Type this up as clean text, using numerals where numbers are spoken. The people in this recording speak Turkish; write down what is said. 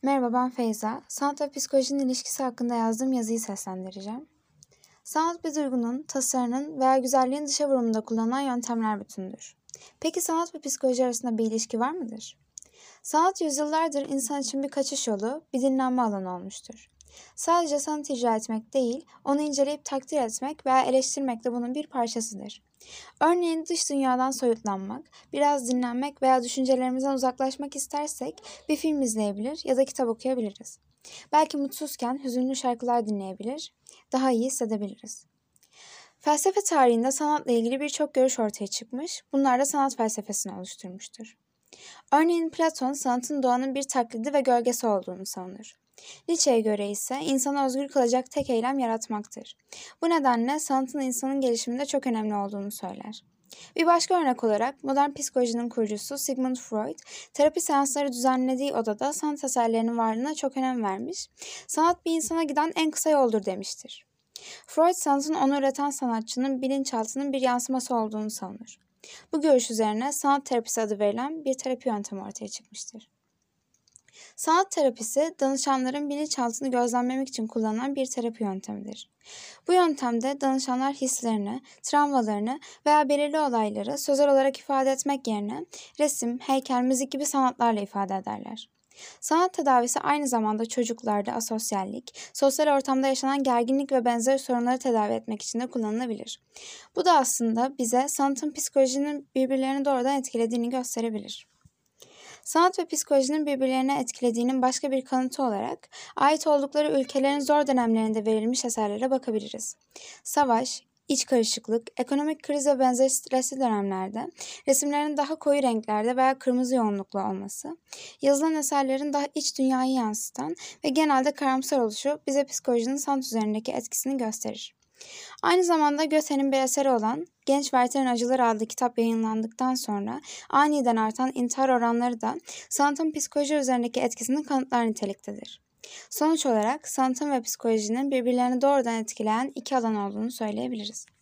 Merhaba, ben Feyza. Sanat ve psikolojinin ilişkisi hakkında yazdığım yazıyı seslendireceğim. Sanat bir duygunun, tasarının veya güzelliğin dışa vurumunda kullanılan yöntemler bütünüdür. Peki sanat ve psikoloji arasında bir ilişki var mıdır? Sanat yüzyıllardır insan için bir kaçış yolu, bir dinlenme alanı olmuştur. Sadece sanat icra etmek değil, onu inceleyip takdir etmek veya eleştirmek de bunun bir parçasıdır. Örneğin dış dünyadan soyutlanmak, biraz dinlenmek veya düşüncelerimizden uzaklaşmak istersek bir film izleyebilir ya da kitap okuyabiliriz. Belki mutsuzken hüzünlü şarkılar dinleyebilir, daha iyi hissedebiliriz. Felsefe tarihinde sanatla ilgili birçok görüş ortaya çıkmış, bunlar da sanat felsefesini oluşturmuştur. Örneğin Platon sanatın doğanın bir taklidi ve gölgesi olduğunu savunur. Nietzsche'ye göre ise insanı özgür kılacak tek eylem yaratmaktır. Bu nedenle sanatın insanın gelişiminde çok önemli olduğunu söyler. Bir başka örnek olarak modern psikolojinin kurucusu Sigmund Freud, terapi seansları düzenlediği odada sanat eserlerinin varlığına çok önem vermiş, sanat bir insana giden en kısa yoldur demiştir. Freud sanatın onu üreten sanatçının bilinçaltının bir yansıması olduğunu savunur. Bu görüş üzerine sanat terapisi adı verilen bir terapi yöntemi ortaya çıkmıştır. Sanat terapisi, danışanların bilinçaltını gözlemlemek için kullanılan bir terapi yöntemidir. Bu yöntemde danışanlar hislerini, travmalarını veya belirli olayları sözel olarak ifade etmek yerine resim, heykel, müzik gibi sanatlarla ifade ederler. Sanat tedavisi aynı zamanda çocuklarda asosyallik, sosyal ortamda yaşanan gerginlik ve benzeri sorunları tedavi etmek için de kullanılabilir. Bu da aslında bize sanatın psikolojinin birbirlerini doğrudan etkilediğini gösterebilir. Sanat ve psikolojinin birbirlerine etkilediğinin başka bir kanıtı olarak ait oldukları ülkelerin zor dönemlerinde verilmiş eserlere bakabiliriz. Savaş, iç karışıklık, ekonomik kriz ve benzeri stresli dönemlerde resimlerin daha koyu renklerde veya kırmızı yoğunluklu olması, yazılan eserlerin daha iç dünyayı yansıtan ve genelde karamsar oluşu bize psikolojinin sanat üzerindeki etkisini gösterir. Aynı zamanda Goethe'nin bir eseri olan Genç Werther'in Acıları adlı kitap yayınlandıktan sonra aniden artan intihar oranları da sanatın psikoloji üzerindeki etkisini kanıtlar niteliktedir. Sonuç olarak sanatın ve psikolojinin birbirlerini doğrudan etkileyen iki alan olduğunu söyleyebiliriz.